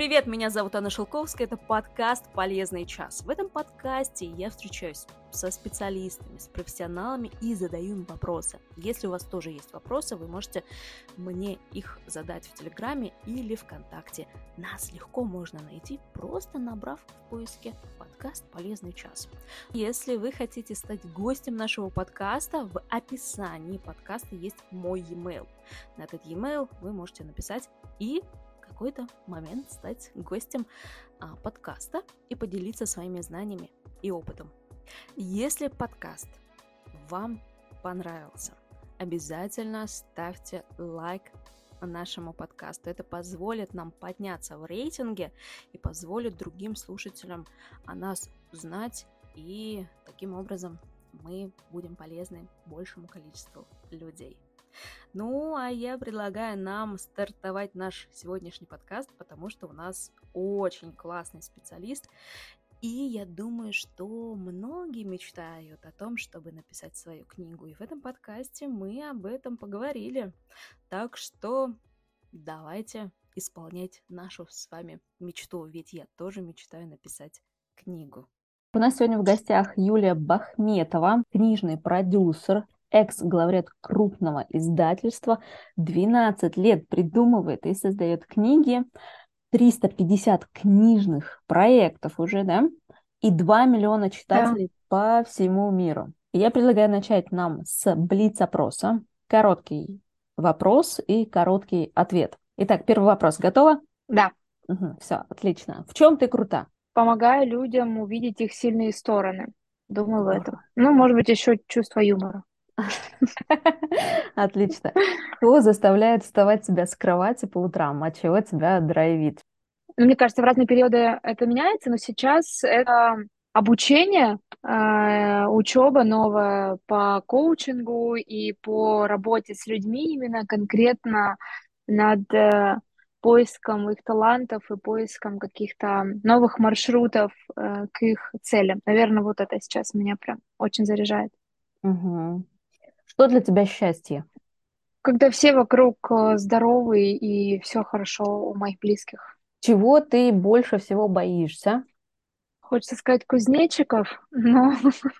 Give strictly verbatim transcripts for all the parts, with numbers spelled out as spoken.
Привет, меня зовут Анна Шелковская, это подкаст «Полезный час». В этом подкасте я встречаюсь со специалистами, с профессионалами и задаю им вопросы. Если у вас тоже есть вопросы, вы можете мне их задать в Телеграме или ВКонтакте. Нас легко можно найти, просто набрав в поиске подкаст «Полезный час». Если вы хотите стать гостем нашего подкаста, в описании подкаста есть мой e-mail. На этот e-mail вы можете написать и в какой-то момент стать гостем а, подкаста и поделиться своими знаниями и опытом. Если подкаст вам понравился, обязательно ставьте лайк нашему подкасту. Это позволит нам подняться в рейтинге и позволит другим слушателям о нас узнать, и таким образом мы будем полезны большему количеству людей. Ну, а я предлагаю нам стартовать наш сегодняшний подкаст, потому что у нас очень классный специалист, и я думаю, что многие мечтают о том, чтобы написать свою книгу, и в этом подкасте мы об этом поговорили. Так что давайте исполнять нашу с вами мечту, ведь я тоже мечтаю написать книгу. У нас сегодня в гостях Юлия Бахметова, книжный продюсер, экс-главред крупного издательства, двенадцать лет придумывает и создает книги, триста пятьдесят книжных проектов уже, да, и два миллиона читателей да. по всему миру. И я предлагаю начать нам с блиц-опроса. Короткий вопрос и короткий ответ. Итак, первый вопрос. Готова? Да. Угу, все, отлично. В чем ты крута? Помогаю людям увидеть их сильные стороны. Думаю, в этом. Ну, может быть, еще чувство юмора. Отлично. Кто заставляет вставать тебя с кровати по утрам, от чего тебя драйвит? Ну, мне кажется, в разные периоды это меняется, но сейчас это обучение, э, учеба новая по коучингу и по работе с людьми именно конкретно над э, поиском их талантов и поиском каких-то новых маршрутов э, к их целям. Наверное, вот это сейчас меня прям очень заряжает. Угу. Что для тебя счастье? Когда все вокруг э, здоровы и все хорошо у моих близких. Чего ты больше всего боишься? Хочется сказать кузнечиков, но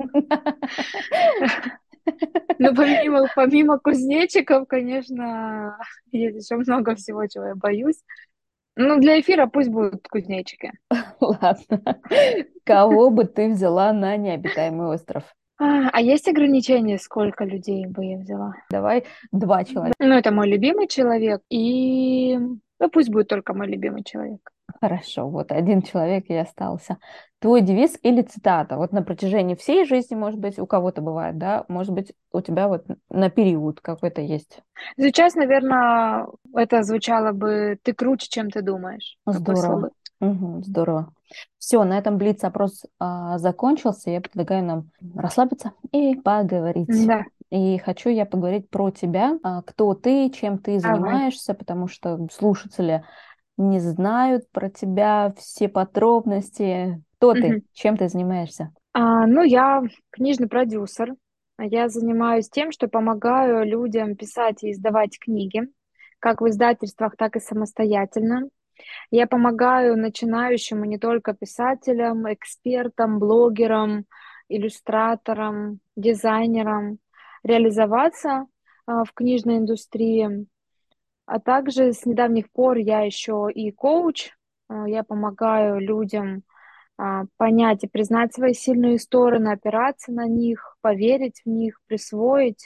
но помимо, помимо кузнечиков, конечно, есть еще много всего, чего я боюсь. Ну, для эфира пусть будут кузнечики. Ладно. Кого бы ты взяла на необитаемый остров? А, а есть ограничения, сколько людей бы я взяла? Давай два человека. Ну, это мой любимый человек, и ну, пусть будет только мой любимый человек. Хорошо, вот один человек и остался. Твой девиз или цитата? Вот на протяжении всей жизни, может быть, у кого-то бывает, да? Может быть, у тебя вот на период какой-то есть. Сейчас, наверное, это звучало бы «ты круче, чем ты думаешь». Здорово. Угу, здорово. Все, на этом блиц-опрос а, закончился. Я предлагаю нам расслабиться и поговорить. Да. И хочу я поговорить про тебя. А, кто ты, чем ты занимаешься, потому что слушатели не знают про тебя все подробности. Кто ты, Мгм. чем ты занимаешься? А, ну, я книжный продюсер. Я занимаюсь тем, что помогаю людям писать и издавать книги, как в издательствах, так и самостоятельно. Я помогаю начинающим и не только писателям, экспертам, блогерам, иллюстраторам, дизайнерам реализоваться а, в книжной индустрии. А также с недавних пор я еще и коуч. А, Я помогаю людям а, понять и признать свои сильные стороны, опираться на них, поверить в них, присвоить.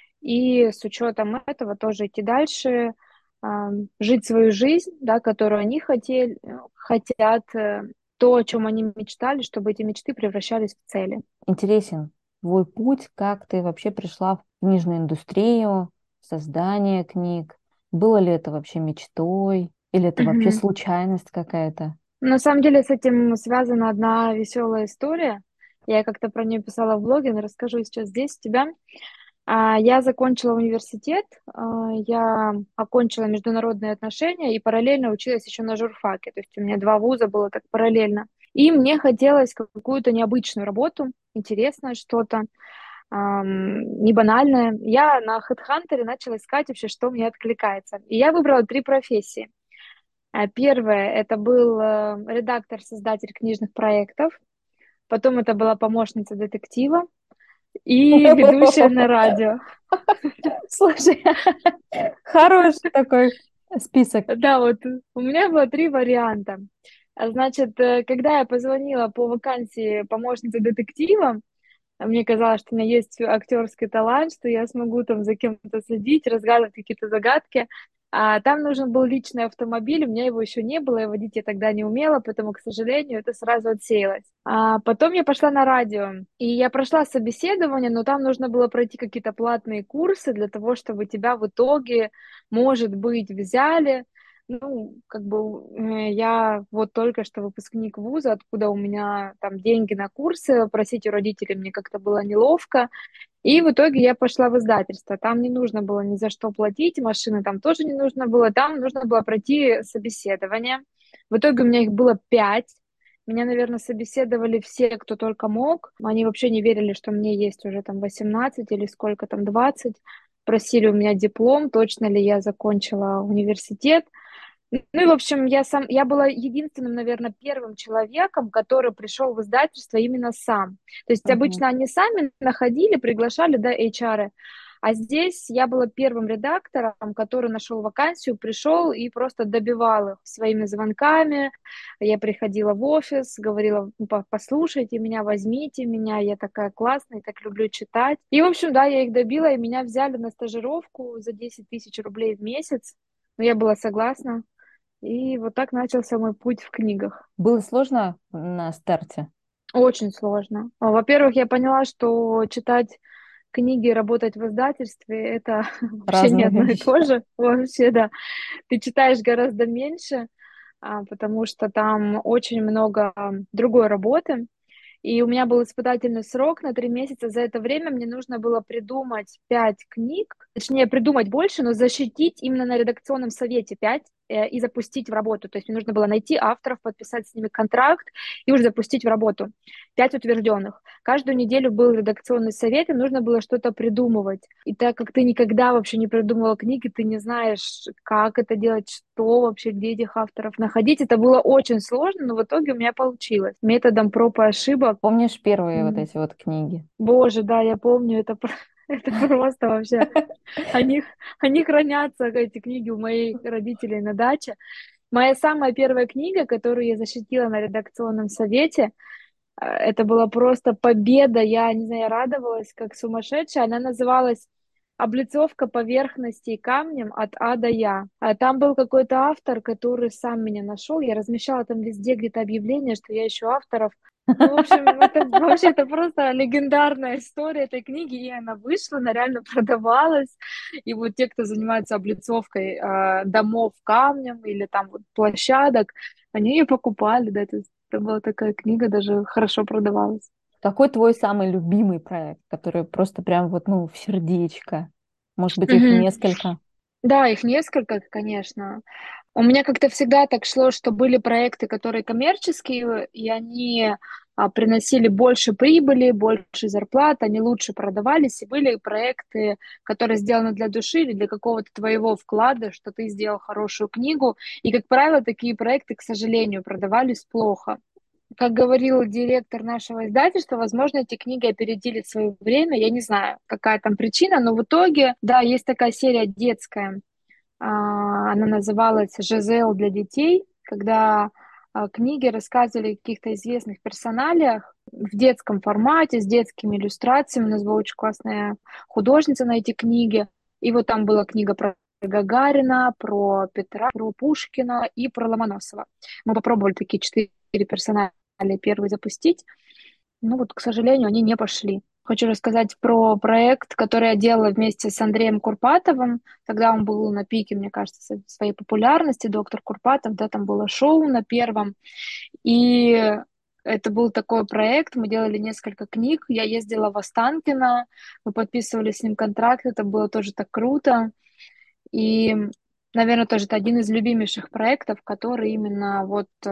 И с учетом этого тоже идти дальше, а, жить свою жизнь, да, которую они хотели, э, хотят, э, то, о чем они мечтали, чтобы эти мечты превращались в цели. Интересен твой путь, как ты вообще пришла в книжную индустрию, создание книг. Было ли это вообще мечтой? Или это вообще Мгм. случайность какая-то? На самом деле с этим связана одна веселая история. Я как-то про нее писала в блоге, но расскажу сейчас здесь у тебя. А, Я закончила университет, а, я окончила международные отношения и параллельно училась еще на журфаке. То есть у меня два вуза было так параллельно. И мне хотелось какую-то необычную работу, интересное что-то, ам, не банальное. Я на HeadHunter начала искать вообще, что мне откликается. И я выбрала три профессии. А Первое, это был э, редактор-создатель книжных проектов, потом это была помощница детектива и ведущая на радио. Слушай, хороший такой список. Да, вот у меня было три варианта. А Значит, э, когда я позвонила по вакансии помощницы детектива, а мне казалось, что у меня есть актерский талант, что я смогу там за кем-то следить, разгадывать какие-то загадки. А там нужен был личный автомобиль, у меня его еще не было, и водить я тогда не умела, поэтому, к сожалению, это сразу отсеялось. А потом я пошла на радио, и я прошла собеседование, но там нужно было пройти какие-то платные курсы для того, чтобы тебя в итоге, может быть, взяли. Ну, как бы э, я вот только что выпускник вуза, откуда у меня там деньги на курсы, просить у родителей мне как-то было неловко. И в итоге я пошла в издательство. Там не нужно было ни за что платить, машины там тоже не нужно было, там нужно было пройти собеседование. В итоге у меня их было пять. Меня, наверное, собеседовали все, кто только мог. Они вообще не верили, что мне есть уже там восемнадцать или сколько там, двадцать. Просили у меня диплом, точно ли я закончила университет. Ну и, в общем, я сам, я была единственным, наверное, первым человеком, который пришел в издательство именно сам. То есть Мгм. обычно они сами находили, приглашали, да, эйч ар. А здесь я была первым редактором, который нашел вакансию, пришел и просто добивал их своими звонками. Я приходила в офис, говорила: «Ну, по- послушайте меня, возьмите меня, я такая классная, так люблю читать». И, в общем, да, я их добила, и меня взяли на стажировку за десять тысяч рублей в месяц. Но я была согласна. И вот так начался мой путь в книгах. Было сложно на старте? Очень сложно. А, Во-первых, я поняла, что читать книги и работать в издательстве — это вообще не Разные одно и вещи. то же. Вообще, да. Ты читаешь гораздо меньше, а, потому что там очень много а, другой работы. И у меня был испытательный срок на три месяца. За это время мне нужно было придумать пять книг, точнее, придумать больше, но защитить именно на редакционном совете пять э, и запустить в работу. То есть мне нужно было найти авторов, подписать с ними контракт и уже запустить в работу. Пять утвержденных. Каждую неделю был редакционный совет, и нужно было что-то придумывать. И так как ты никогда вообще не придумывала книги, ты не знаешь, как это делать, что вообще, где этих авторов находить. Это было очень сложно, но в итоге у меня получилось. Методом проб и ошибок. Помнишь первые вот М, эти вот книги? Боже, да, я помню, это, про- это просто вообще. Они, они хранятся, эти книги, у моих родителей на даче. Моя самая первая книга, которую я защитила на редакционном совете, э, это была просто победа. Я, не знаю, я радовалась как сумасшедшая. Она называлась «Облицовка поверхностей камнем от А до Я». А там был какой-то автор, который сам меня нашел. Я размещала там везде где-то объявление, что я ищу авторов. Ну, в общем, это вообще это просто легендарная история этой книги, и она вышла, она реально продавалась. И вот те, кто занимается облицовкой э, домов камнем или там вот площадок, они ее покупали, да, то есть это была такая книга, даже хорошо продавалась. Какой твой самый любимый проект, который просто прям вот, ну, в сердечко? Может быть, их Мгм. несколько? Да, их несколько, конечно. У меня как-то всегда так шло, что были проекты, которые коммерческие, и они а, приносили больше прибыли, больше зарплат, они лучше продавались, и были проекты, которые сделаны для души или для какого-то твоего вклада, что ты сделал хорошую книгу, и, как правило, такие проекты, к сожалению, продавались плохо. Как говорил директор нашего издательства, возможно, эти книги опередили свое время. Я не знаю, какая там причина, но в итоге, да, есть такая серия детская. А, Она называлась «Жизел для детей», когда а, книги рассказывали о каких-то известных персоналиях в детском формате, с детскими иллюстрациями. У нас была очень классная художница на эти книги. И вот там была книга про Гагарина, про Петра, про Пушкина и про Ломоносова. Мы попробовали такие четыре персоналии первые запустить. Ну вот, к сожалению, они не пошли. Хочу рассказать про проект, который я делала вместе с Андреем Курпатовым. Тогда он был на пике, мне кажется, со- своей популярности. Доктор Курпатов, да, там было шоу на первом. И это был такой проект. Мы делали несколько книг. Я ездила в Останкино, мы подписывали с ним контракт. Это было тоже так круто. И, наверное, тоже это один из любимейших проектов, который именно вот э,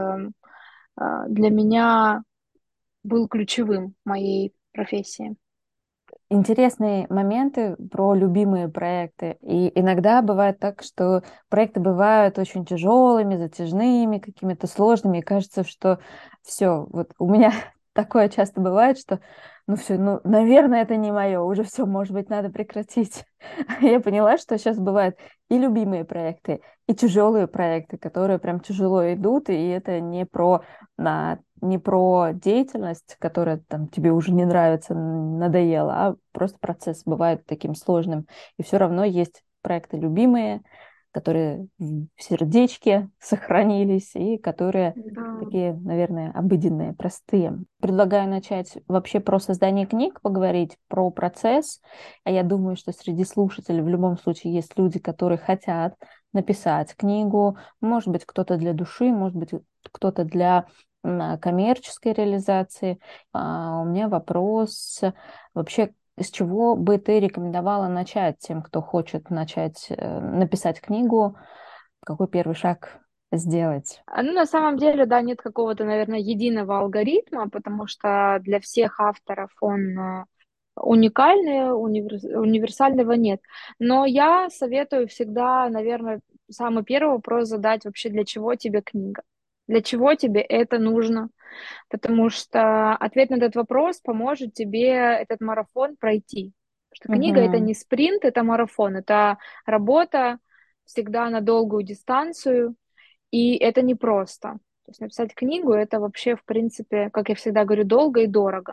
э, для меня был ключевым в моей профессии. интересные моменты про любимые проекты. И иногда бывает так, что проекты бывают очень тяжелыми, затяжными, какими-то сложными, и кажется, что все, вот у меня такое часто бывает, что ну все, ну, наверное, это не мое, уже все, может быть, надо прекратить. Я поняла, что сейчас бывают и любимые проекты, и тяжелые проекты, которые прям тяжело идут, и это не про на не про деятельность, которая там тебе уже не нравится, надоела, а просто процесс бывает таким сложным. И все равно есть проекты любимые, которые в сердечке сохранились и которые Да. такие, наверное, обыденные, простые. Предлагаю начать вообще про создание книг, поговорить про процесс. А я думаю, что среди слушателей в любом случае есть люди, которые хотят написать книгу. Может быть, кто-то для души, может быть, кто-то для м, коммерческой реализации. А, у меня вопрос вообще, с чего бы ты рекомендовала начать тем, кто хочет начать э, написать книгу? Какой первый шаг сделать? А, Ну, на самом деле, да, нет какого-то, наверное, единого алгоритма, потому что для всех авторов он э, уникальный, универс- универсального нет. Но я советую всегда, наверное, самый первый вопрос задать вообще, для чего тебе книга? Для чего тебе это нужно? Потому что ответ на этот вопрос поможет тебе этот марафон пройти. Потому что книга — это Мгм. не спринт, это марафон, это работа всегда на долгую дистанцию, и это непросто. То есть написать книгу — это вообще, в принципе, как я всегда говорю, долго и дорого.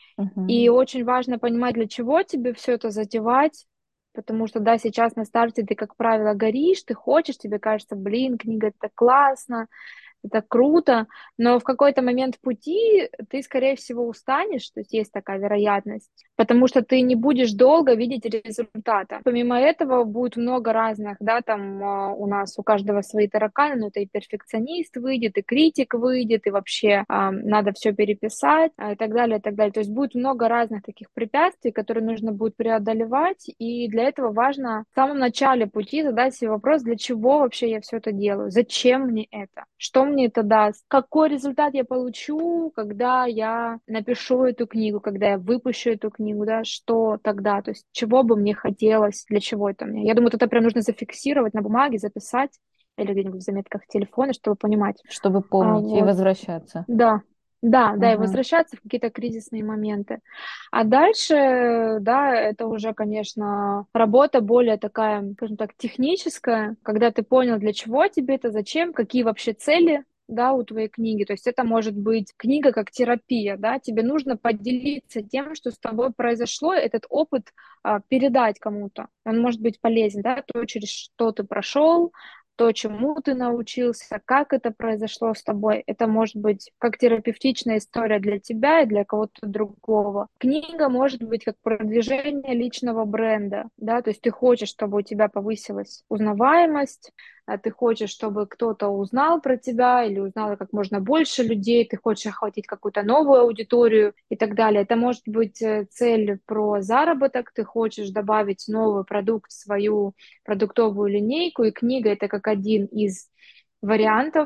И Мгм. очень важно понимать, для чего тебе все это затевать, потому что, да, сейчас на старте ты, как правило, горишь, ты хочешь, тебе кажется, блин, книга — это классно, это круто, но в какой-то момент пути ты, скорее всего, устанешь, то есть есть такая вероятность, потому что ты не будешь долго видеть результата. Помимо этого будет много разных, да, там а, у нас у каждого свои тараканы, но это и перфекционист выйдет, и критик выйдет, и вообще а, надо все переписать, а, и так далее, и так далее. То есть будет много разных таких препятствий, которые нужно будет преодолевать, и для этого важно в самом начале пути задать себе вопрос, для чего вообще я все это делаю, зачем мне это, что мне это даст, какой результат я получу, когда я напишу эту книгу, когда я выпущу эту книгу, да, что тогда, то есть чего бы мне хотелось, для чего это мне. Я думаю, это прям нужно зафиксировать на бумаге, записать или где-нибудь в заметках телефона, чтобы понимать. Чтобы А, помнить и вот. возвращаться. Да, да, да, и Мгм. возвращаться в какие-то кризисные моменты. А дальше, да, это уже, конечно, работа более такая, скажем так, техническая, когда ты понял, для чего тебе это, зачем, какие вообще цели, да, у твоей книги. То есть это может быть книга как терапия, да, тебе нужно поделиться тем, что с тобой произошло, этот опыт а, передать кому-то. Он может быть полезен, да, то, через что ты прошел, то, чему ты научился, как это произошло с тобой. Это может быть как терапевтичная история для тебя и для кого-то другого. Книга может быть как продвижение личного бренда, да, то есть ты хочешь, чтобы у тебя повысилась узнаваемость, а ты хочешь, чтобы кто-то узнал про тебя или узнало как можно больше людей, ты хочешь охватить какую-то новую аудиторию и так далее. Это может быть э, цель про заработок, ты хочешь добавить новый продукт в свою продуктовую линейку, и книга — это как один из вариантов,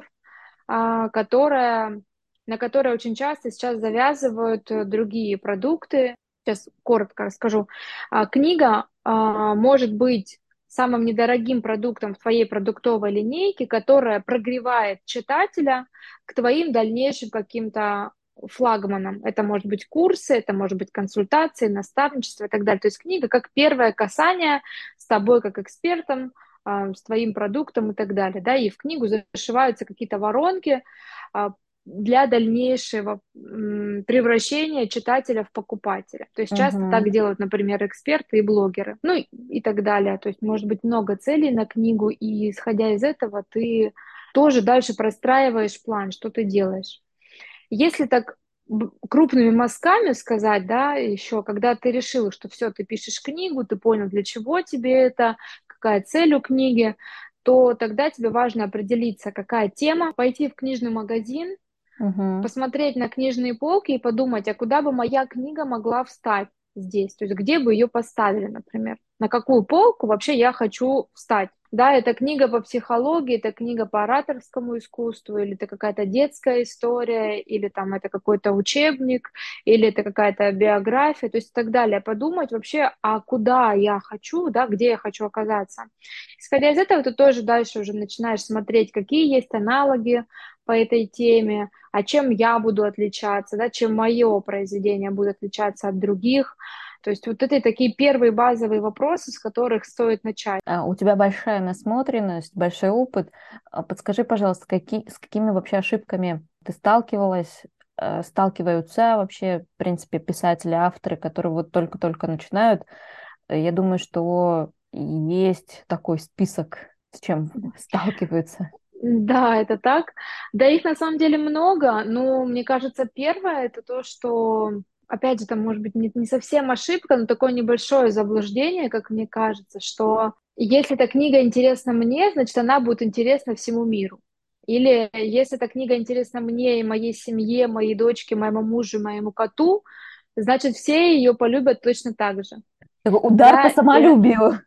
а, которая, на которые очень часто сейчас завязывают э, другие продукты. Сейчас коротко расскажу. А, Книга а, может быть самым недорогим продуктом в твоей продуктовой линейке, которая прогревает читателя к твоим дальнейшим каким-то флагманам. Это может быть курсы, это может быть консультации, наставничество и так далее. То есть книга как первое касание с тобой как экспертом, а, с твоим продуктом и так далее, да, и в книгу зашиваются какие-то воронки а, для дальнейшего м, превращения читателя в покупателя. То есть часто так Мгм. делают, например, эксперты и блогеры, ну и, и так далее. То есть может быть много целей на книгу, и исходя из этого ты тоже дальше простраиваешь план, что ты делаешь. Если так б- крупными мазками сказать, да, еще, когда ты решил, что все, ты пишешь книгу, ты понял, для чего тебе это, какая цель у книги, то тогда тебе важно определиться, какая тема, пойти в книжный магазин, Мгм. посмотреть на книжные полки и подумать, а куда бы моя книга могла встать здесь, то есть где бы ее поставили, например. на какую полку вообще я хочу встать. Да, это книга по психологии, это книга по ораторскому искусству, или это какая-то детская история, или там это какой-то учебник, или это какая-то биография, то есть и так далее. Подумать вообще, а куда я хочу, да, где я хочу оказаться. Исходя из этого, ты тоже дальше уже начинаешь смотреть, какие есть аналоги по этой теме, а чем я буду отличаться, да, чем мое произведение будет отличаться от других. То есть вот это такие первые базовые вопросы, с которых стоит начать. А, У тебя большая насмотренность, большой опыт. А Подскажи, пожалуйста, какие, с какими вообще ошибками ты сталкивалась, э, сталкиваются вообще, в принципе, писатели, авторы, которые вот только-только начинают? Э, Я думаю, что есть такой список, с чем сталкиваются. Да, это так. Да, их на самом деле много, но мне кажется, первое это то, что, опять же, там может быть не, не совсем ошибка, но такое небольшое заблуждение, как мне кажется, что если эта книга интересна мне, значит, она будет интересна всему миру. Или если эта книга интересна мне и моей семье, моей дочке, моему мужу, моему коту, значит, все ее полюбят точно так же. Такой удар по Да, и самолюбию.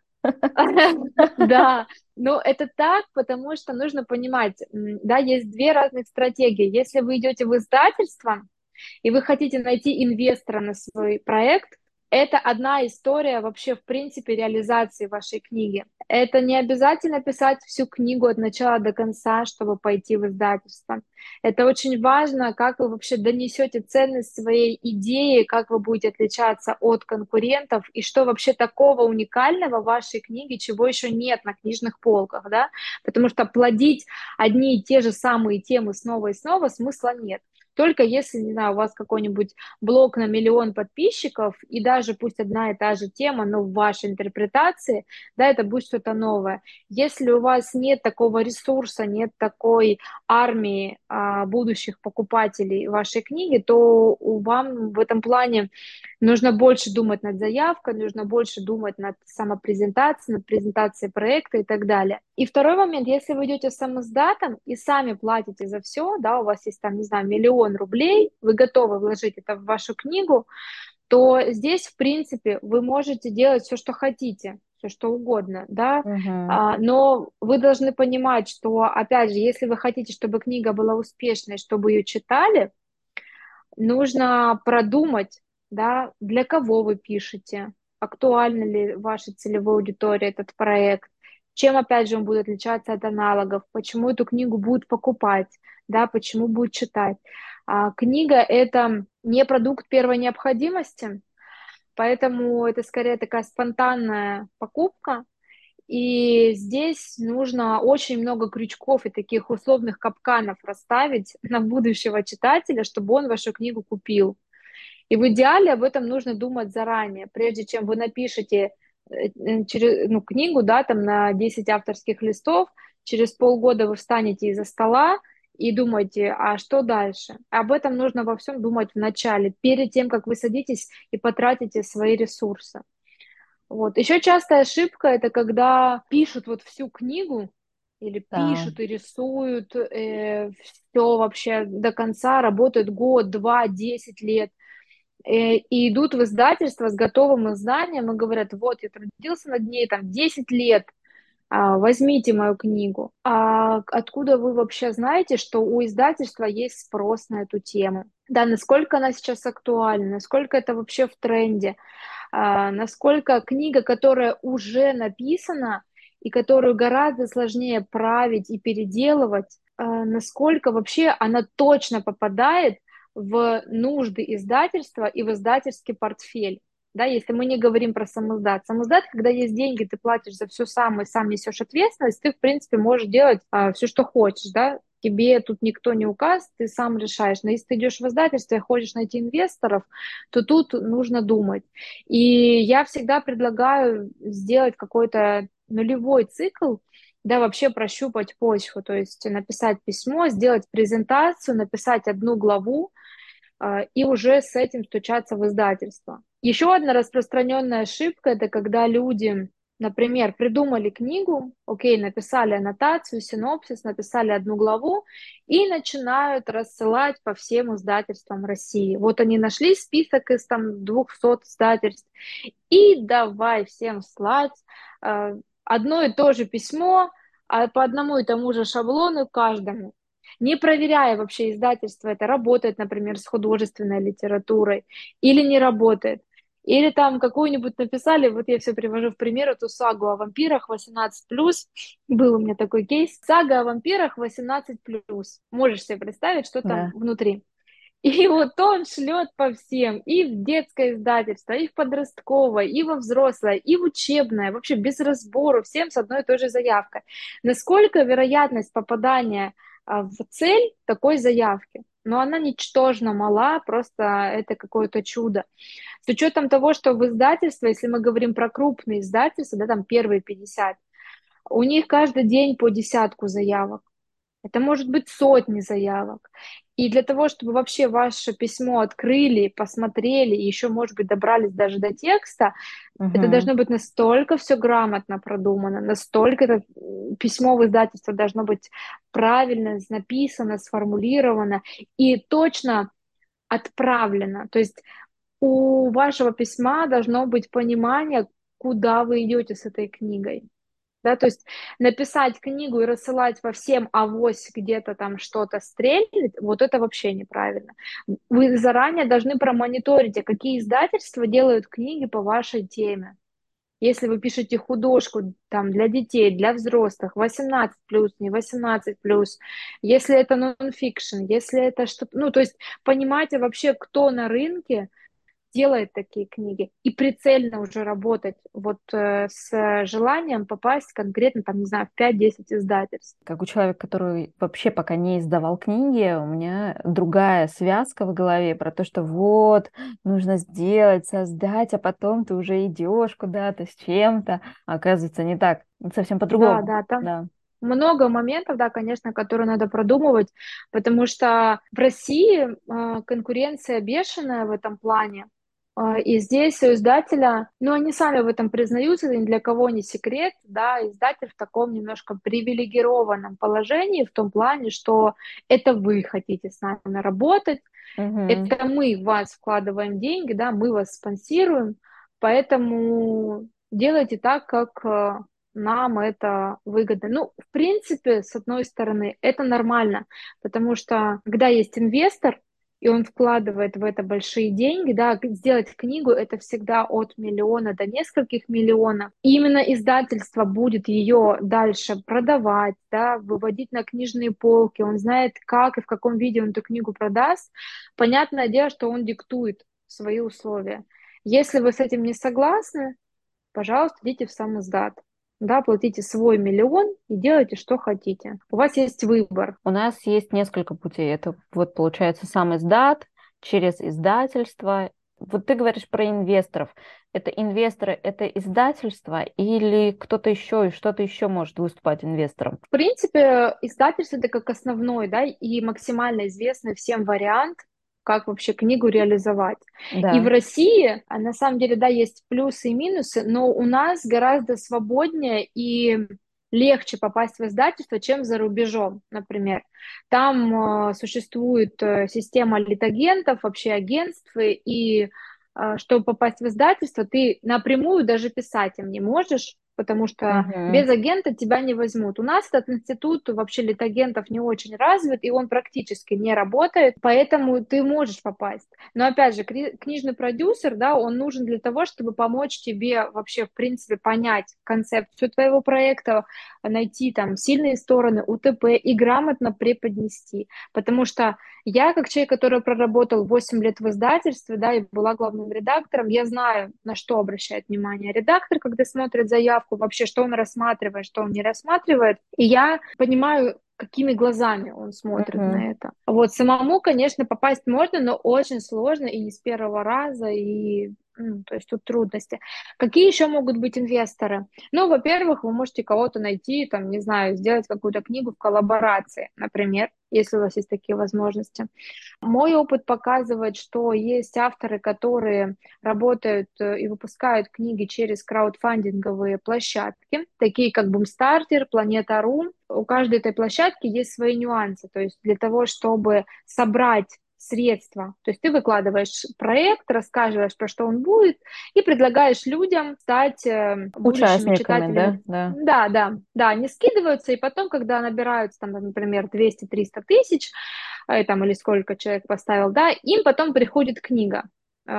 да, но это так, потому что нужно понимать, м, да, есть две разных стратегии. Если вы идете в издательство и вы хотите найти инвестора на свой проект, это одна история вообще, в принципе, реализации вашей книги. Это не обязательно писать всю книгу от начала до конца, чтобы пойти в издательство. Это очень важно, как вы вообще донесете ценность своей идеи, как вы будете отличаться от конкурентов и что вообще такого уникального в вашей книге, чего еще нет на книжных полках, да? Потому что плодить одни и те же самые темы снова и снова смысла нет. Только если, не знаю, у вас какой-нибудь блог на миллион подписчиков, и даже пусть одна и та же тема, но в вашей интерпретации, да, это будет что-то новое. Если у вас нет такого ресурса, нет такой армии а, будущих покупателей вашей книги, то у вам в этом плане нужно больше думать над заявкой, нужно больше думать над самопрезентацией, над презентацией проекта и так далее. И второй момент, если вы идете сам издатом и сами платите за все, да, у вас есть там, не знаю, миллион рублей, вы готовы вложить это в вашу книгу, то здесь, в принципе, вы можете делать все, что хотите, все, что угодно, да, Мгм. а, но вы должны понимать, что, опять же, если вы хотите, чтобы книга была успешной, чтобы ее читали, нужно продумать, да, для кого вы пишете, актуальна ли вашей целевой аудитории этот проект, чем, опять же, он будет отличаться от аналогов, почему эту книгу будут покупать, да, почему будут читать. А, книга — это не продукт первой необходимости, поэтому это скорее такая спонтанная покупка, и здесь нужно очень много крючков и таких условных капканов расставить на будущего читателя, чтобы он вашу книгу купил. И в идеале об этом нужно думать заранее, прежде чем вы напишете э, э, через, ну, книгу, да, там на десять авторских листов, через полгода вы встанете из-за стола и думаете, а что дальше? Об этом нужно во всем думать в начале, перед тем, как вы садитесь и потратите свои ресурсы. Вот. Еще частая ошибка — это когда пишут вот всю книгу или Да. пишут и рисуют э, все вообще до конца, работают год, два, десять лет, э, и идут в издательство с готовым изданием и говорят, вот, я трудился над ней там десять лет, а, возьмите мою книгу. А откуда вы вообще знаете, что у издательства есть спрос на эту тему? Да, насколько она сейчас актуальна, насколько это вообще в тренде? А, насколько книга, которая уже написана и которую гораздо сложнее править и переделывать, а, насколько вообще она точно попадает в нужды издательства и в издательский портфель. Да, если мы не говорим про самоиздат. Самоиздат, когда есть деньги, ты платишь за все сам и сам несешь ответственность, ты, в принципе, можешь делать а, все, что хочешь, да, тебе тут никто не указ, ты сам решаешь. Но если ты идешь в издательство и хочешь найти инвесторов, то тут нужно думать. И я всегда предлагаю сделать какой-то нулевой цикл, да, вообще прощупать почву, то есть написать письмо, сделать презентацию, написать одну главу, а, и уже с этим стучаться в издательство. Еще одна распространенная ошибка — это когда люди Например, придумали книгу, окей, написали аннотацию, синопсис, написали одну главу и начинают рассылать по всем издательствам России. Вот они нашли список из там двухсот издательств и давай всем слать э, одно и то же письмо, а по одному и тому же шаблону каждому, не проверяя вообще издательство, это работает, например, с художественной литературой или не работает. Или там какую-нибудь написали, вот я все привожу в пример, эту сагу о вампирах восемнадцать плюс. Был у меня такой кейс. Сага о вампирах восемнадцать плюс. Можешь себе представить, что там Да. внутри? И вот он шлет по всем, и в детское издательство, и в подростковое, и во взрослое, и в учебное, вообще без разбору, всем с одной и той же заявкой. Насколько вероятность попадания а, в цель такой заявки? Но она ничтожно мала, просто это какое-то чудо. С учетом того, что в издательство, если мы говорим про крупные издательства, да, там первые пятьдесят, у них каждый день по десятку заявок. Это может быть сотни заявок. И для того, чтобы вообще ваше письмо открыли, посмотрели, и еще, может быть, добрались даже до текста, это Мгм. должно быть настолько все грамотно продумано, настолько это м, письмо в издательство должно быть правильно написано, сформулировано и точно отправлено. То есть у вашего письма должно быть понимание, куда вы идете с этой книгой. Да, то есть написать книгу и рассылать по всем, авось где-то там что-то стрельнет, вот это вообще неправильно. Вы заранее должны промониторить, а какие издательства делают книги по вашей теме. Если вы пишете художку там, для детей, для взрослых, восемнадцать плюс, не восемнадцать плюс, если это нон-фикшн, если это что-то... Ну, то есть понимаете вообще, кто на рынке, делает такие книги и прицельно уже работать вот э, с желанием попасть конкретно, там, не знаю, в пять-десять издательств. Как у человека, который вообще пока не издавал книги, у меня другая связка в голове про то, что вот, нужно сделать, создать, а потом ты уже идешь куда-то с чем-то. А оказывается, не так. Совсем Да, по-другому. да, там Да. много моментов, да, конечно, которые надо продумывать, потому что в России э, конкуренция бешеная в этом плане. Э, И здесь у издателя, ну, они сами в этом признаются, это ни для кого не секрет, да, издатель в таком немножко привилегированном положении, в том плане, что это вы хотите с нами работать, Мгм. это мы в вас вкладываем деньги, да, мы вас спонсируем, поэтому делайте так, как э, нам это выгодно. Ну, в принципе, с одной стороны, это нормально, потому что когда есть инвестор, и он вкладывает в это большие деньги, да, к- сделать книгу это всегда от миллиона до нескольких миллионов. И именно издательство будет ее дальше продавать, да, выводить на книжные полки. Он знает, как и в каком виде он эту книгу продаст. Понятное дело, что он диктует свои условия. Если вы с этим не согласны, пожалуйста, идите в сам издат. Да, платите свой миллион и делайте, что хотите. У вас есть выбор. У нас есть несколько путей. Это вот получается сам издат, через издательство. Вот ты говоришь про инвесторов. Это инвесторы, это издательство или кто-то еще и что-то еще может выступать инвестором? В принципе, издательство это как основной, да, и максимально известный всем вариант, как вообще книгу реализовать. И в Да. России, а на самом деле, да, есть плюсы и минусы, но у нас гораздо свободнее и легче попасть в издательство, чем за рубежом, например. Там э, существует э, система литагентов, вообще агентств, и э, чтобы попасть в издательство, ты напрямую даже писать им не можешь, потому что Мгм. без агента тебя не возьмут. У нас этот институт вообще литагентов не очень развит, и он практически не работает, поэтому ты можешь попасть. Но опять же, кни- книжный продюсер, да, он нужен для того, чтобы помочь тебе вообще, в принципе, понять концепцию твоего проекта, найти там сильные стороны, у тэ пэ и грамотно преподнести. Потому что я, как человек, который проработал восемь лет в издательстве, да, и была главным редактором, я знаю, на что обращает внимание редактор, когда смотрит заявку, вообще, что он рассматривает, что он не рассматривает. И я понимаю, какими глазами он смотрит Мгм. на это. Вот самому, конечно, попасть можно, но очень сложно и не с первого раза, и М, То есть тут трудности. Какие еще могут быть инвесторы? Ну, во-первых, вы можете кого-то найти, там, не знаю, сделать какую-то книгу в коллаборации, например, если у вас есть такие возможности. Мой опыт показывает, что есть авторы, которые работают э, и выпускают книги через краудфандинговые площадки, такие как Boomstarter, Planeta.ru. У каждой этой площадки есть свои нюансы. То есть для того, чтобы собрать средства, то есть ты выкладываешь проект, рассказываешь, про что он будет, и предлагаешь людям стать э, будущими Участниками, читателями. да, да. Да, да, да, они скидываются, и потом, когда набираются, там, например, двести-триста тысяч, э, там, или сколько человек поставил, да, им потом приходит книга э,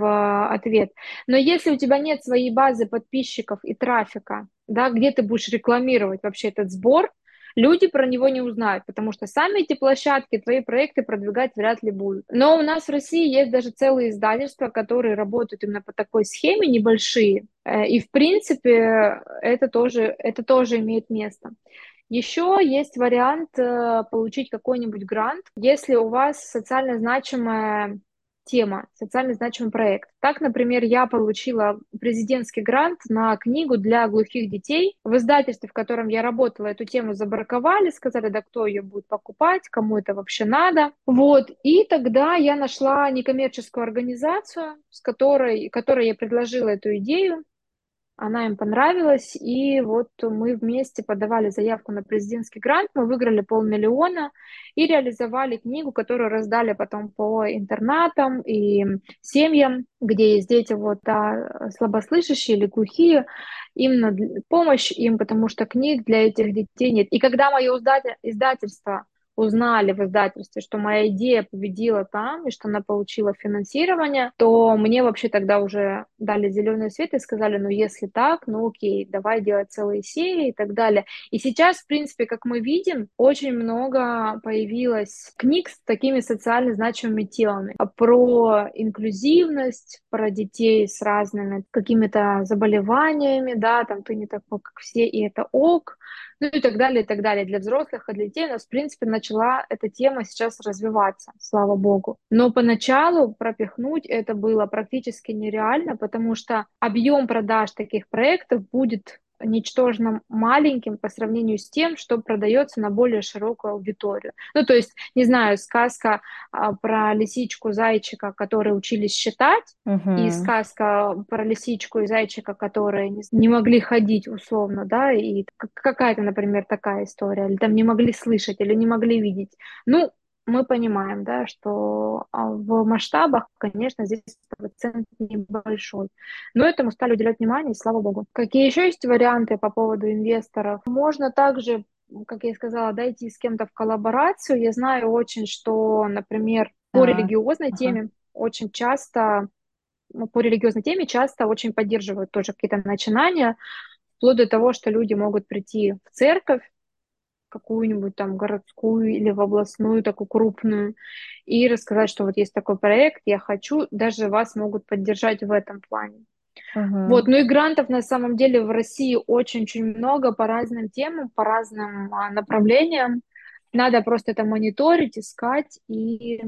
в ответ. Но если у тебя нет своей базы подписчиков и трафика, да, где ты будешь рекламировать вообще этот сбор, люди про него не узнают, потому что сами эти площадки, твои проекты продвигать вряд ли будут. Но у нас в России есть даже целые издательства, которые работают именно по такой схеме, небольшие. Э, И, в принципе, это тоже, это тоже имеет место. Еще есть вариант э, получить какой-нибудь грант, если у вас социально значимая тема, социально значимый проект. Так, например, я получила президентский грант на книгу для глухих детей. В издательстве, в котором я работала, эту тему забраковали, сказали, да кто ее будет покупать, кому это вообще надо. Вот. И тогда я нашла некоммерческую организацию, с которой, которой я предложила эту идею. Она им понравилась, и вот мы вместе подавали заявку на президентский грант, мы выиграли полмиллиона и реализовали книгу, которую раздали потом по интернатам и семьям, где есть дети вот, а, слабослышащие или глухие, именно для- помощь им, потому что книг для этих детей нет. И когда мое издатель- издательство узнали в издательстве, что моя идея победила там и что она получила финансирование, то мне вообще тогда уже дали зеленый свет и сказали, ну если так, ну окей, давай делать целые серии и так далее. И сейчас, в принципе, как мы видим, очень много появилось книг с такими социально значимыми темами. А про инклюзивность, про детей с разными какими-то заболеваниями, да, там ты не такой, как все, и это ок, ну и так далее, и так далее. Для взрослых и для детей у нас, в принципе, начала эта тема сейчас развиваться, слава богу. Но поначалу пропихнуть это было практически нереально, потому что объем продаж таких проектов будет ничтожно маленьким по сравнению с тем, что продается на более широкую аудиторию. Ну, то есть, не знаю, сказка а, про лисичку, зайчика, которые учились считать, и Мгм. сказка про лисичку и зайчика, которые не, не могли ходить условно, да, и к- какая-то, например, такая история, или там не могли слышать, или не могли видеть. Ну, мы понимаем, да, что а, в масштабах, конечно, здесь процент небольшой. Но этому стали уделять внимание, и слава богу. Какие еще есть варианты по поводу инвесторов? Можно также, как я и сказала, дойти с кем-то в коллаборацию. Я знаю очень, что, например, по Так, религиозной ага. теме очень часто ну, по религиозной теме часто очень поддерживают тоже какие-то начинания, вплоть до того, что люди могут прийти в церковь, какую-нибудь там городскую или в областную, такую крупную, и рассказать, что вот есть такой проект, я хочу, даже вас могут поддержать в этом плане. Вот, Мгм. ну и грантов на самом деле в России очень-очень много по разным темам, по разным а, направлениям. Надо просто это мониторить, искать и,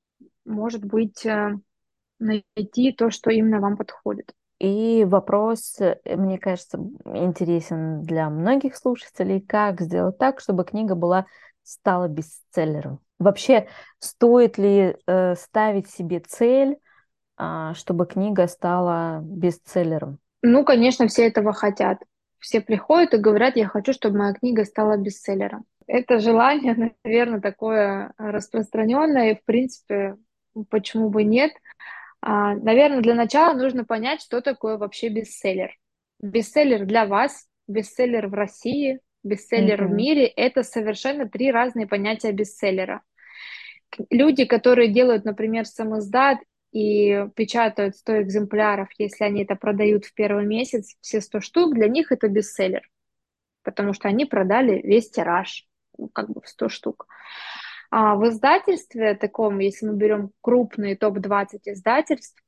может быть, э, найти то, что именно вам подходит. И вопрос, э, мне кажется, интересен для многих слушателей, как сделать так, чтобы книга была стала бестселлером. Вообще, стоит ли э, ставить себе цель, а, чтобы книга стала бестселлером? Ну, конечно, все этого хотят. Все приходят и говорят, я хочу, чтобы моя книга стала бестселлером. Это желание, наверное, такое распространенное, и, в принципе, почему бы нет. А, наверное, для начала нужно понять, что такое вообще бестселлер. Бестселлер для вас, бестселлер в России, бестселлер в Мгм. мире — это совершенно три разные понятия бестселлера. К- Люди, которые делают, например, самоздат и печатают сто экземпляров, если они это продают в первый месяц, все сто штук, для них это бестселлер, потому что они продали весь тираж, ну, как бы в сто штук. А в издательстве таком, если мы берем крупные топ двадцать издательств,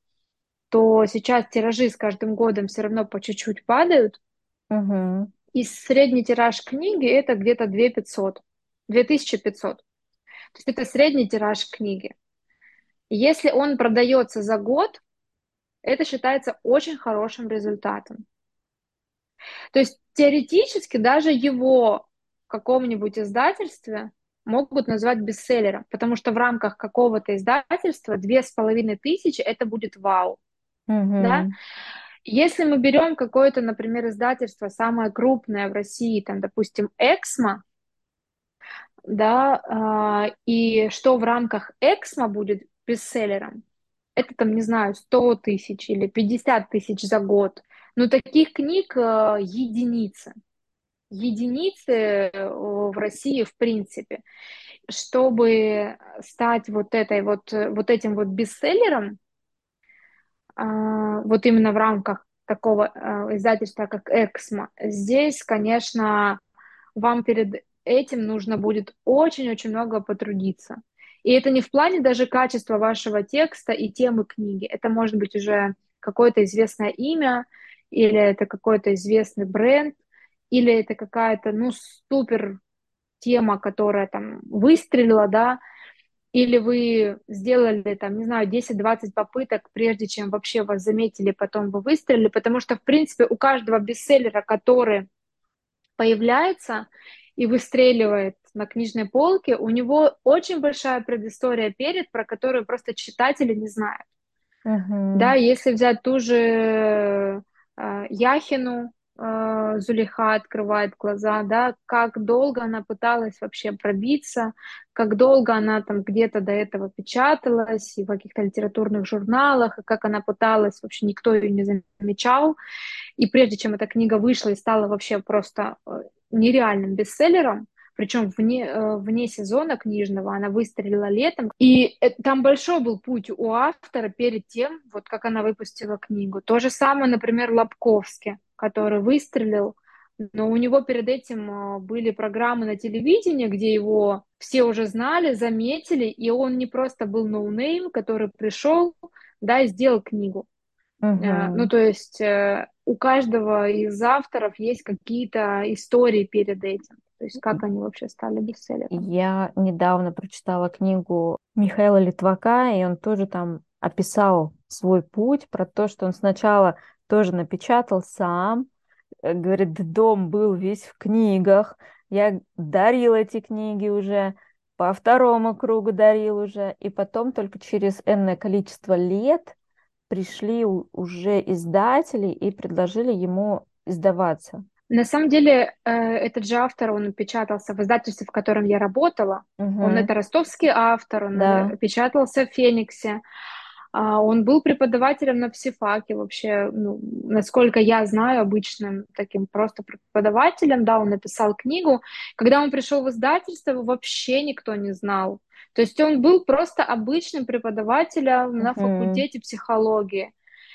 то сейчас тиражи с каждым годом все равно по чуть-чуть падают, Мгм. и средний тираж книги это где-то две тысячи пятьсот, две тысячи пятьсот. То есть это средний тираж книги. Если он продается за год, Это считается очень хорошим результатом. То есть теоретически даже его в каком-нибудь издательстве могут назвать бестселлером, потому что в рамках какого-то издательства две с половиной тысячи это будет вау, да? Мгм. Если мы берем какое-то, например, издательство самое крупное в России, там, допустим, Эксмо, да, а, и что в рамках Эксмо будет бестселлером, это там, не знаю, сто тысяч или пятьдесят тысяч за год. Но таких книг э, единицы. Единицы э, в России в принципе. Чтобы стать вот этой вот, э, вот этим вот бестселлером, а, вот именно в рамках такого а, издательства, как Эксмо, здесь, конечно, вам перед этим нужно будет очень-очень много потрудиться. И это не в плане даже качества вашего текста и темы книги. Это может быть уже какое-то известное имя, или это какой-то известный бренд, или это какая-то, ну, супер тема, которая там выстрелила, да, или вы сделали там, не знаю, десять-двадцать попыток, прежде чем вообще вас заметили, потом вы выстрелили, потому что, в принципе, у каждого бестселлера, который появляется и выстреливает на книжной полке, у него очень большая предыстория перед, про которую просто читатели не знают. Да, Мгм. если взять ту же э, Яхину, э, Зулейха открывает глаза, да, как долго она пыталась вообще пробиться, как долго она там где-то до этого печаталась и в каких-то литературных журналах, и как она пыталась, вообще никто ее не замечал. И прежде чем эта книга вышла и стала вообще просто э, нереальным бестселлером, причем вне, э, вне сезона книжного, она выстрелила летом. И э, там большой был путь у автора перед тем, вот как она выпустила книгу. То же самое, например, Лобковский, который выстрелил, но у него перед этим э, были программы на телевидении, где его все уже знали, заметили, и он не просто был ноунейм, который пришел, да, и сделал книгу. Э, Ну, Мгм. то есть э, у каждого из авторов есть какие-то истории перед этим. То есть как они вообще стали бестселлером. Я недавно прочитала книгу Михаила Литвака, и он тоже там описал свой путь про то, что он сначала тоже напечатал сам, э, говорит, дом был весь в книгах, я дарил эти книги уже, по второму кругу дарил уже, и потом только через энное количество лет пришли у- уже издатели и предложили ему издаваться. На самом деле, э, этот же автор, он печатался в издательстве, в котором я работала. Он Мгм. это ростовский автор, он Да. э, печатался в Фениксе. А, Он был преподавателем на психфаке вообще, ну, насколько я знаю, обычным таким просто преподавателем, да, он написал книгу. Когда он пришел в издательство, его вообще никто не знал. То есть он был просто обычным преподавателем на Мгм. факультете психологии.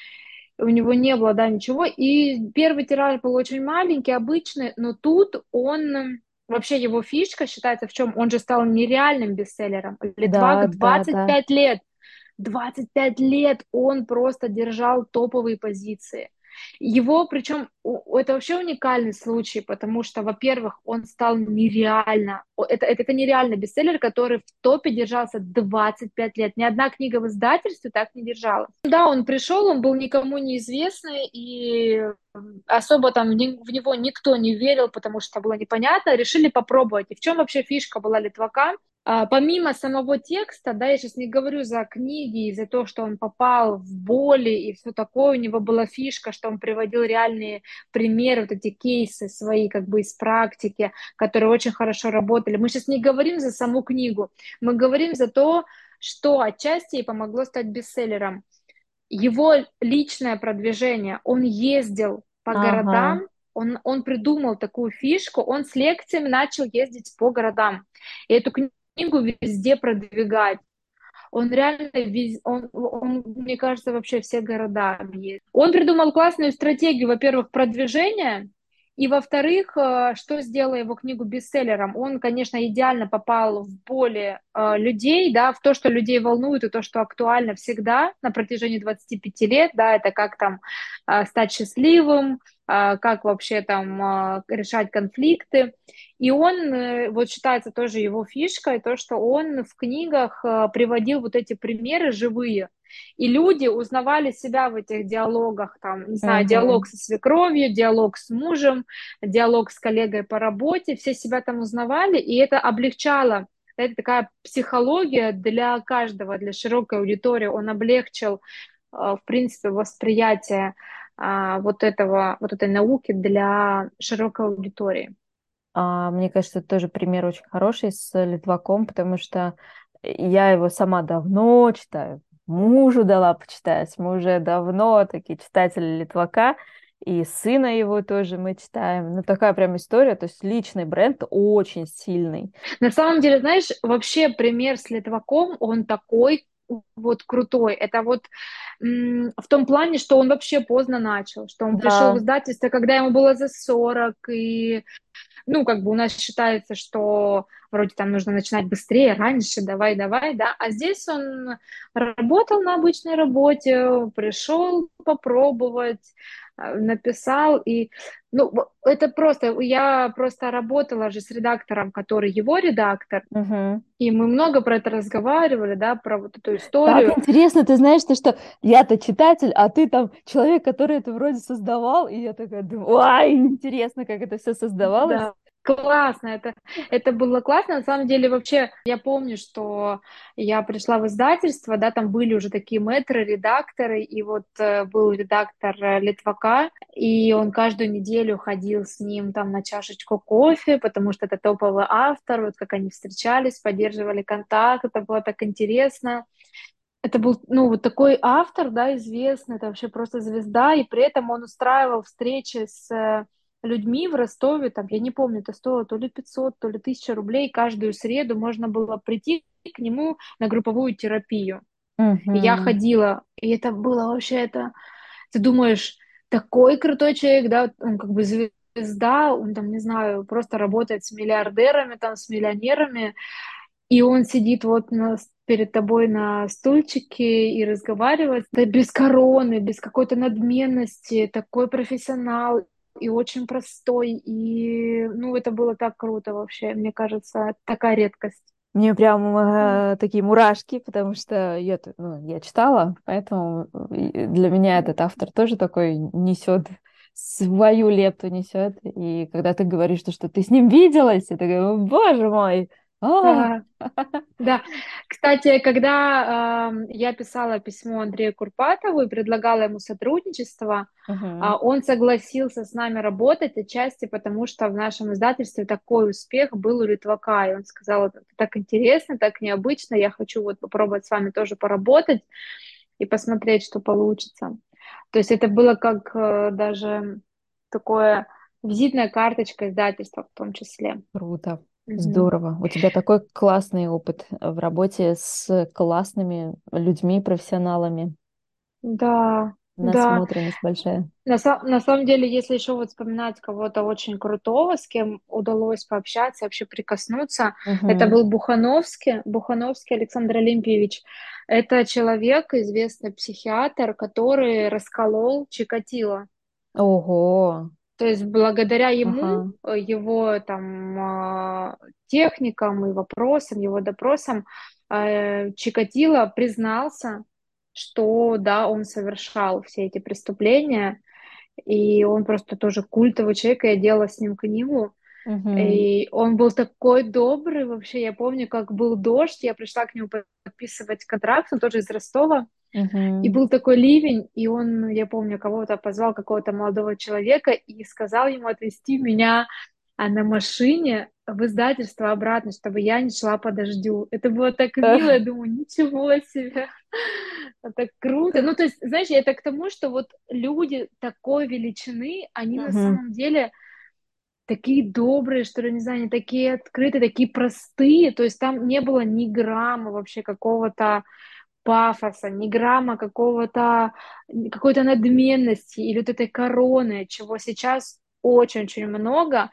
У него не было, да, ничего. И первый тираж был очень маленький, обычный, но тут он... Вообще его фишка считается в чем? Он же стал нереальным бестселлером. Да, Литвак да, двадцать да. пять лет двадцать пять лет он просто держал топовые позиции. Его, причем, у- это вообще уникальный случай, потому что, во-первых, он стал нереально, о, это, это, это нереальный бестселлер, который в топе держался двадцать пять лет. Ни одна книга в издательстве так не держалась. Да, он пришел, он был никому неизвестный, и особо там в не- в него никто не верил, потому что было непонятно. Решили попробовать. И в чем вообще фишка была Литвака? А, помимо самого текста, да, я сейчас не говорю за книги и за то, что он попал в боли и все такое, у него была фишка, что он приводил реальные примеры, вот эти кейсы свои как бы из практики, которые очень хорошо работали. Мы сейчас не говорим за саму книгу, мы говорим за то, что отчасти и помогло стать бестселлером. Его личное продвижение, он ездил по городам, Ага. он, он придумал такую фишку, он с лекциями начал ездить по городам. И эту книгу везде продвигать. Он реально, вез... он, он, мне кажется, вообще все города объездил. Он придумал классную стратегию, во-первых, продвижения, и, во-вторых, э, что сделало его книгу бестселлером? Он, конечно, идеально попал в боли э, людей, да, в то, что людей волнует, и то, что актуально всегда на протяжении двадцати пяти лет, да, это как там э, стать счастливым, э, как вообще там э, решать конфликты. И он, э, вот считается тоже его фишкой, то, что он в книгах э, приводил вот эти примеры живые. И люди узнавали себя в этих диалогах, там, не знаю, диалог Мгм. со свекровью, диалог с мужем, диалог с коллегой по работе, все себя там узнавали, и это облегчало. Это такая психология для каждого, для широкой аудитории. Он облегчил, э, в принципе, восприятие а, вот этого, вот этой науки для широкой аудитории. А, мне кажется, это тоже пример очень хороший с Литваком, потому что я его сама давно читаю. Мужу дала почитать. Мы уже давно такие читатели Литвака. И сына его тоже мы читаем. Ну, такая прям история. То есть личный бренд очень сильный. На самом деле, знаешь, вообще пример с Литваком, он такой вот крутой. Это вот м, в том плане, что он вообще поздно начал, что он пришел в Да. издательство, когда ему было за сорок, и ну, как бы у нас считается, что вроде там нужно начинать быстрее, раньше, давай, давай, да, а здесь он работал на обычной работе, пришел попробовать, э, написал, и, ну, в- это просто, я просто работала же с редактором, который его редактор, Мгм. и мы много про это разговаривали, да, про вот эту Так историю. интересно, ты знаешь, то, что я-то читатель, а ты там человек, который это вроде создавал, и я такая думаю, ай, интересно, как это все создавалось. Да, классно, это, это было классно. На самом деле, вообще, я помню, что я пришла в издательство, да, там были уже такие мэтры, редакторы, и вот э, был редактор э, Литвака, и он каждую неделю ходил с ним там на чашечку кофе, потому что это топовый автор, вот как они встречались, поддерживали контакт, это было так интересно. Это был, ну, вот такой автор, да, известный, это вообще просто звезда, и при этом он устраивал встречи с э, людьми в Ростове, там, я не помню, это стоило то ли пятьсот, то ли тысяча рублей, каждую среду можно было прийти к нему на групповую терапию. И я Мгм. ходила, и это было вообще, это, ты думаешь, такой крутой человек, да, он как бы звезда, он там, не знаю, просто работает с миллиардерами, там, с миллионерами, и он сидит вот на, перед тобой на стульчике и разговаривает, да, без короны, без какой-то надменности, такой профессионал и очень простой. И, ну, это было так круто вообще, мне кажется, такая редкость. Мне прям э, такие мурашки, потому что я, т- ну, я читала, поэтому и для меня этот автор тоже такой несет свою лепту несет. И когда ты говоришь, что, что ты с ним виделась, я такая, «О, боже мой! А!» Да, да. Кстати, когда ам, я писала письмо Андрею Курпатову и предлагала ему сотрудничество, Мгм. а, он согласился с нами работать отчасти потому, что в нашем издательстве такой успех был у Литвака. И он сказал, это так интересно, так необычно, я хочу вот попробовать с вами тоже поработать и посмотреть, что получится. То есть это было как э, даже такое визитная карточка издательства в том числе. Круто, Мгм. здорово. У тебя такой классный опыт в работе с классными людьми, профессионалами. Да, да. Насмотренность большая. На, са- на самом деле, если еще вот вспоминать кого-то очень крутого, с кем удалось пообщаться, вообще прикоснуться, это Мгм. был Бухановский, Бухановский Александр Олимпиевич. Это человек, известный психиатр, который расколол Чикатило. Ого. То есть благодаря ему, Ага. э, его там а, техникам и вопросам, его допросам, э, Чикатило признался, что да, он совершал все эти преступления, и он просто тоже культовый человек, и я делала с ним книгу. Мгм. И он был такой добрый вообще. Я помню, как был дождь, я пришла к нему подписывать контракт, он тоже из Ростова. И Мгм. был такой ливень, и он, я помню, кого-то позвал, какого-то молодого человека, и сказал ему отвезти меня а, на машине в издательство обратно, чтобы я не шла по дождю. Это было так мило, я думаю, ничего себе, это круто. Ну, то есть, знаешь, это к тому, что вот люди такой величины, они на Мгм. самом деле такие добрые, что ли, не знаю, они такие открытые, такие простые, то есть там не было ни грамма вообще какого-то пафоса, ни грамма какого-то, какой-то надменности или вот этой короны, чего сейчас очень-очень много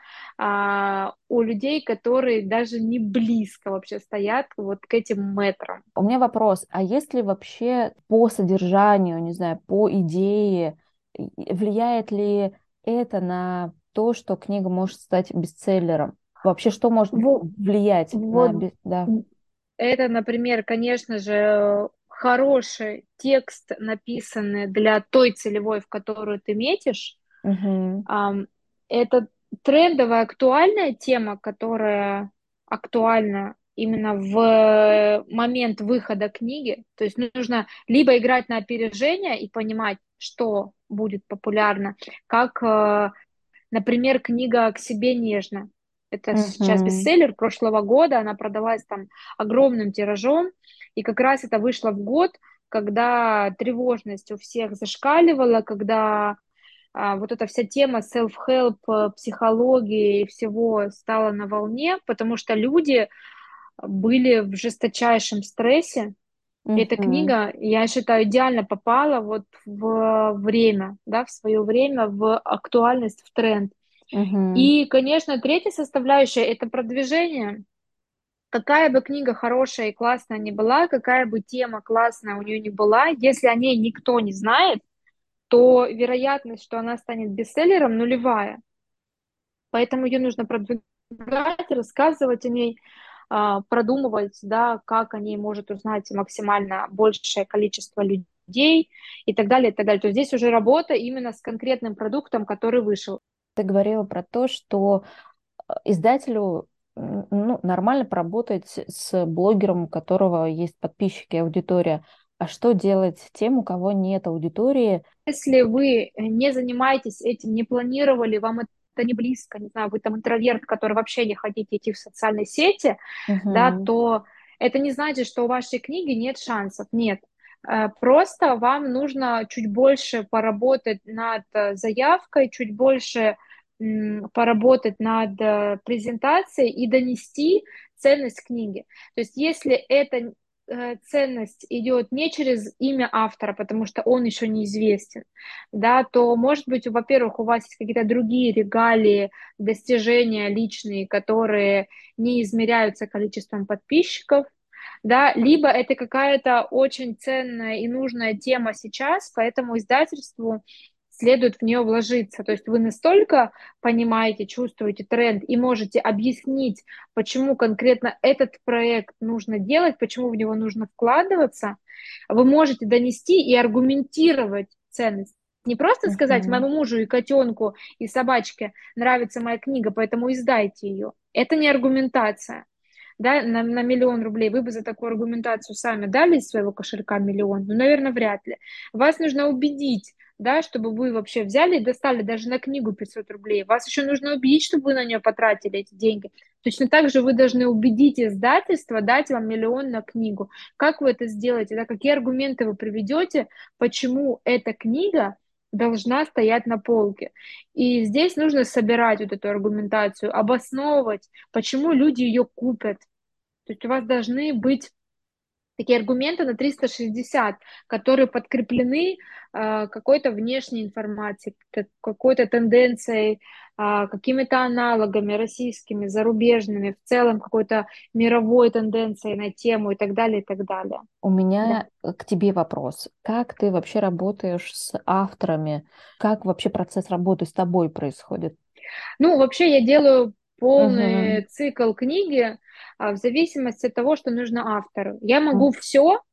а, у людей, которые даже не близко вообще стоят вот к этим метрам. У меня вопрос, а есть ли вообще по содержанию, не знаю, по идее, и- и влияет ли это на то, что книга может стать бестселлером? Вообще, что может Вот, влиять на... вот бе- Да. это, например, конечно же, хороший текст, написанный для той целевой, в которую ты метишь. Мгм. Ам, Это трендовая, актуальная тема, которая актуальна именно в момент выхода книги. То есть нужно либо играть на опережение и понимать, что будет популярно, как, э, например, книга «К себе нежно». Это сейчас Мгм. бестселлер прошлого года, она продалась там огромным тиражом, и как раз это вышло в год, когда тревожность у всех зашкаливала, когда а, вот эта вся тема self-help, э, психологии и всего стала на волне, потому что люди были в жесточайшем стрессе. И эта Мгм. книга, я считаю, идеально попала вот в время, да, в свое время, в актуальность, в тренд. Мгм. И, конечно, третья составляющая– это продвижение. Какая бы книга хорошая и классная ни была, какая бы тема классная у нее ни была, если о ней никто не знает, то вероятность, что она станет бестселлером, нулевая. Поэтому ее нужно продвигать, рассказывать о ней, а, продумывать, да, как о ней может узнать максимально большее количество людей и так далее, и так далее. То есть здесь уже работа именно с конкретным продуктом, который вышел. Ты говорила про то, что э, издателю м, ну, нормально поработать с блогером, у которого есть подписчики, аудитория. А что делать тем, у кого нет аудитории? Если вы не занимаетесь этим, не планировали, вам это не близко, не знаю, вы там интроверт, который вообще не хотите идти в социальные сети, да, Мгм. то это не значит, что у вашей книги нет шансов. Нет. Э, Просто вам нужно чуть больше поработать над э, заявкой, чуть больше м, поработать над э, презентацией и донести ценность книги. То есть если это э, ценность идет не через имя автора, потому что он еще неизвестен, да, то, может быть, во-первых, у вас есть какие-то другие регалии, достижения личные, которые не измеряются количеством подписчиков, да, либо это какая-то очень ценная и нужная тема сейчас, поэтому издательству следует в нее вложиться. То есть вы настолько понимаете, чувствуете тренд и можете объяснить, почему конкретно этот проект нужно делать, почему в него нужно вкладываться, вы можете донести и аргументировать ценность. Не просто сказать Мгм. моему мужу и котенку и собачке нравится моя книга, поэтому издайте ее. Это не аргументация, да, на, на миллион рублей. Вы бы за такую аргументацию сами дали из своего кошелька миллион? Ну, наверное, вряд ли. Вас нужно убедить, да, чтобы вы вообще взяли и достали даже на книгу пятьсот рублей. Вас еще нужно убедить, чтобы вы на нее потратили эти деньги. Точно так же вы должны убедить издательство дать вам миллион на книгу. Как вы это сделаете? Да? Какие аргументы вы приведете, почему эта книга должна стоять на полке? И здесь нужно собирать вот эту аргументацию, обосновывать, почему люди ее купят. То есть у вас должны быть такие аргументы на триста шестьдесят, которые подкреплены э, какой-то внешней информацией, как- какой-то тенденцией, а, какими-то аналогами российскими, зарубежными, в целом какой-то мировой тенденцией на тему и так далее, и так далее. У Да. меня э, к тебе вопрос. Как ты вообще работаешь с авторами? Как вообще процесс работы с тобой происходит? Ну, вообще я делаю Мгм. полный цикл книги а, в зависимости от того, что нужно автору. Я могу все,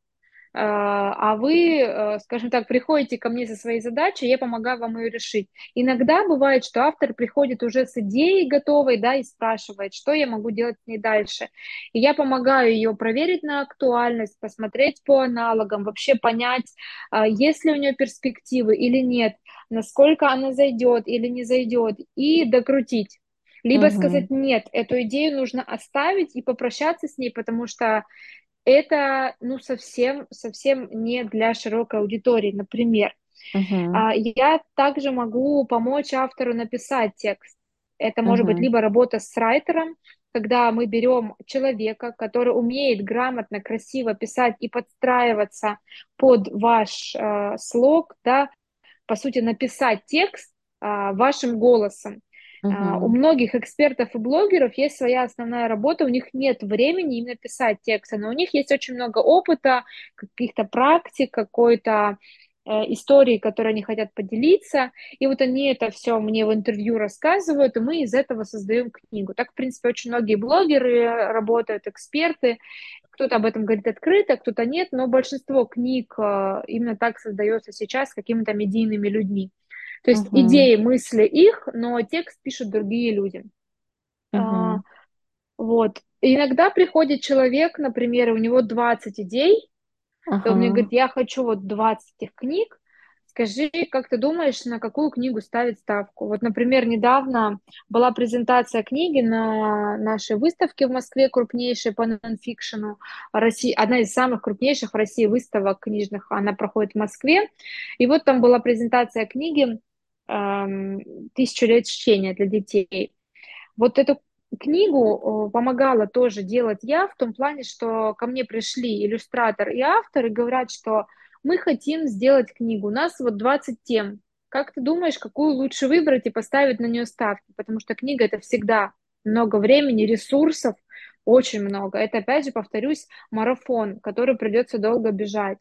а вы, э, скажем так, приходите ко мне со своей задачей, я помогаю вам ее решить. Иногда бывает, что автор приходит уже с идеей готовой, да, и спрашивает, что я могу делать с ней дальше. И я помогаю ее проверить на актуальность, посмотреть по аналогам, вообще понять, а, есть ли у нее перспективы или нет, насколько она зайдет или не зайдет, и докрутить. Либо Мгм. сказать, нет, эту идею нужно оставить и попрощаться с ней, потому что это, ну, совсем, совсем не для широкой аудитории, например. Мгм. А, Я также могу помочь автору написать текст. Это может быть Мгм. либо работа с райтером, когда мы берем человека, который умеет грамотно, красиво писать и подстраиваться под ваш э, слог, да, по сути, написать текст а, вашим голосом. А, у Мгм. многих экспертов и блогеров есть своя основная работа, у них нет времени именно писать тексты, но у них есть очень много опыта, каких-то практик, какой-то э, истории, которые они хотят поделиться, и вот они это все мне в интервью рассказывают, и мы из этого создаем книгу. Так, в принципе, очень многие блогеры работают, эксперты, Кто-то об этом говорит открыто, кто-то нет, но большинство книг э, именно так создается сейчас какими-то медийными людьми. То есть Угу. идеи, мысли их, но текст пишут другие люди. А, Угу. вот. И иногда приходит человек, например, и у него двадцать идей, и он мне Ага. говорит, я хочу вот двадцать этих книг, скажи, как ты думаешь, на какую книгу ставить ставку? Вот, например, недавно была презентация книги на нашей выставке в Москве, крупнейшей по нонфикшену России, одна из самых крупнейших в России выставок книжных, она проходит в Москве, и вот там была презентация книги эм, «Тысячу лет чтения для детей». Вот эту книгу э, помогала тоже делать я в том плане, что ко мне пришли иллюстратор и автор и говорят, что мы хотим сделать книгу, у нас вот двадцать тем. Как ты думаешь, какую лучше выбрать и поставить на нее ставки? Потому что книга — это всегда много времени, ресурсов, очень много. Это, опять же, повторюсь, марафон, который придется долго бежать.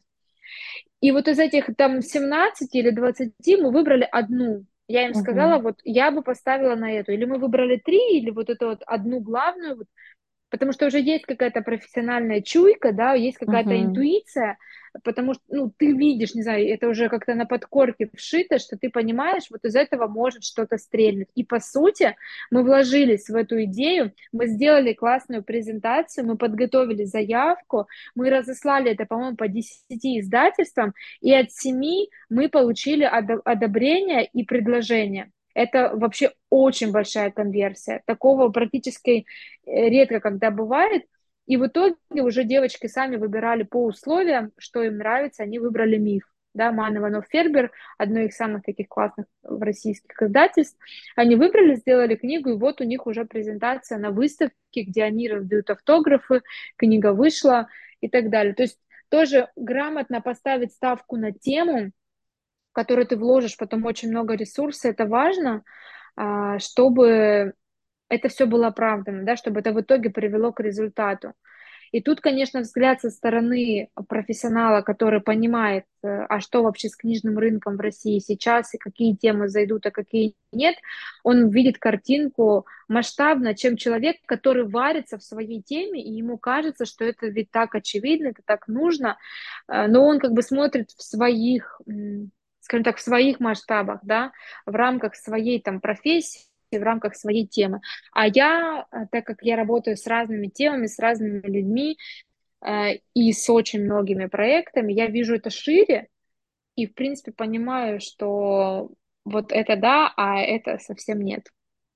И вот из этих там семнадцати или двадцати мы выбрали одну. Я им сказала, Угу. вот я бы поставила на эту. Или мы выбрали три, или вот эту вот одну главную, вот. Потому что уже есть какая-то профессиональная чуйка, да, есть какая-то Угу. интуиция, потому что, ну, ты видишь, не знаю, это уже как-то на подкорке вшито, что ты понимаешь, вот из этого может что-то стрельнуть. И по сути мы вложились в эту идею, мы сделали классную презентацию, мы подготовили заявку, мы разослали это, по-моему, по десяти издательствам, и от семи мы получили одо- одобрение и предложение. Это вообще очень большая конверсия. Такого практически э, редко когда бывает. И в итоге уже девочки сами выбирали по условиям, что им нравится, они выбрали «Миф». Да, Ман Иванов Фербер, одно из самых таких классных в российских издательств. Они выбрали, сделали книгу, и вот у них уже презентация на выставке, где они раздают автографы, книга вышла и так далее. То есть тоже грамотно поставить ставку на тему, в которую ты вложишь потом очень много ресурсов, это важно, а, чтобы это все было оправдано, да, чтобы это в итоге привело к результату. И тут, конечно, взгляд со стороны профессионала, который понимает, э, а что вообще с книжным рынком в России сейчас, и какие темы зайдут, а какие нет, он видит картинку масштабно, чем человек, который варится в своей теме, и ему кажется, что это ведь так очевидно, это так нужно, э, но он как бы смотрит в своих, м, скажем так, в своих масштабах, да, в рамках своей там профессии, в рамках своей темы. А я, э, так как я работаю с разными темами, с разными людьми э, и с очень многими проектами, я вижу это шире и, в принципе, понимаю, что вот это да, а это совсем нет.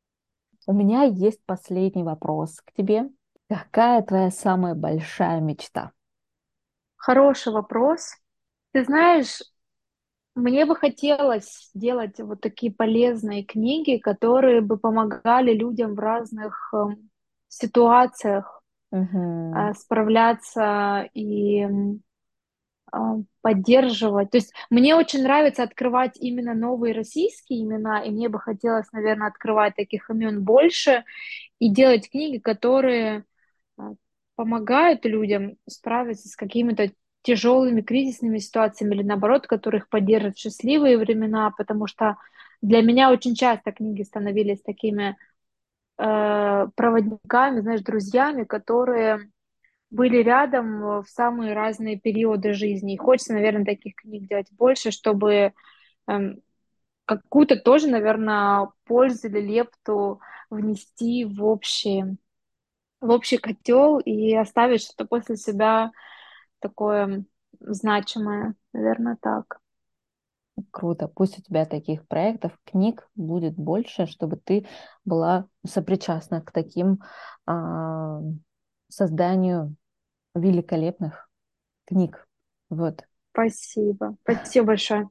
У меня есть последний вопрос к тебе. Какая твоя самая большая мечта? Хороший вопрос. Ты знаешь, мне бы хотелось делать вот такие полезные книги, которые бы помогали людям в разных эм, ситуациях Угу. э, справляться и а, поддерживать. То есть мне очень нравится открывать именно новые российские имена, и мне бы хотелось, наверное, открывать таких имен больше и делать книги, которые а, помогают людям справиться с какими-то тяжелыми кризисными ситуациями или наоборот, которых поддержат в счастливые времена, потому что для меня очень часто книги становились такими э, проводниками, знаешь, друзьями, которые были рядом э, в самые разные периоды жизни. И хочется, наверное, таких книг делать больше, чтобы эм, какую-то тоже, наверное, пользу или лепту внести в общий, в общий котел и оставить что-то после себя такое значимое. Наверное, так. Круто. Пусть у тебя таких проектов, книг будет больше, чтобы ты была сопричастна к таким а, созданию великолепных книг. Вот. Спасибо. Спасибо большое.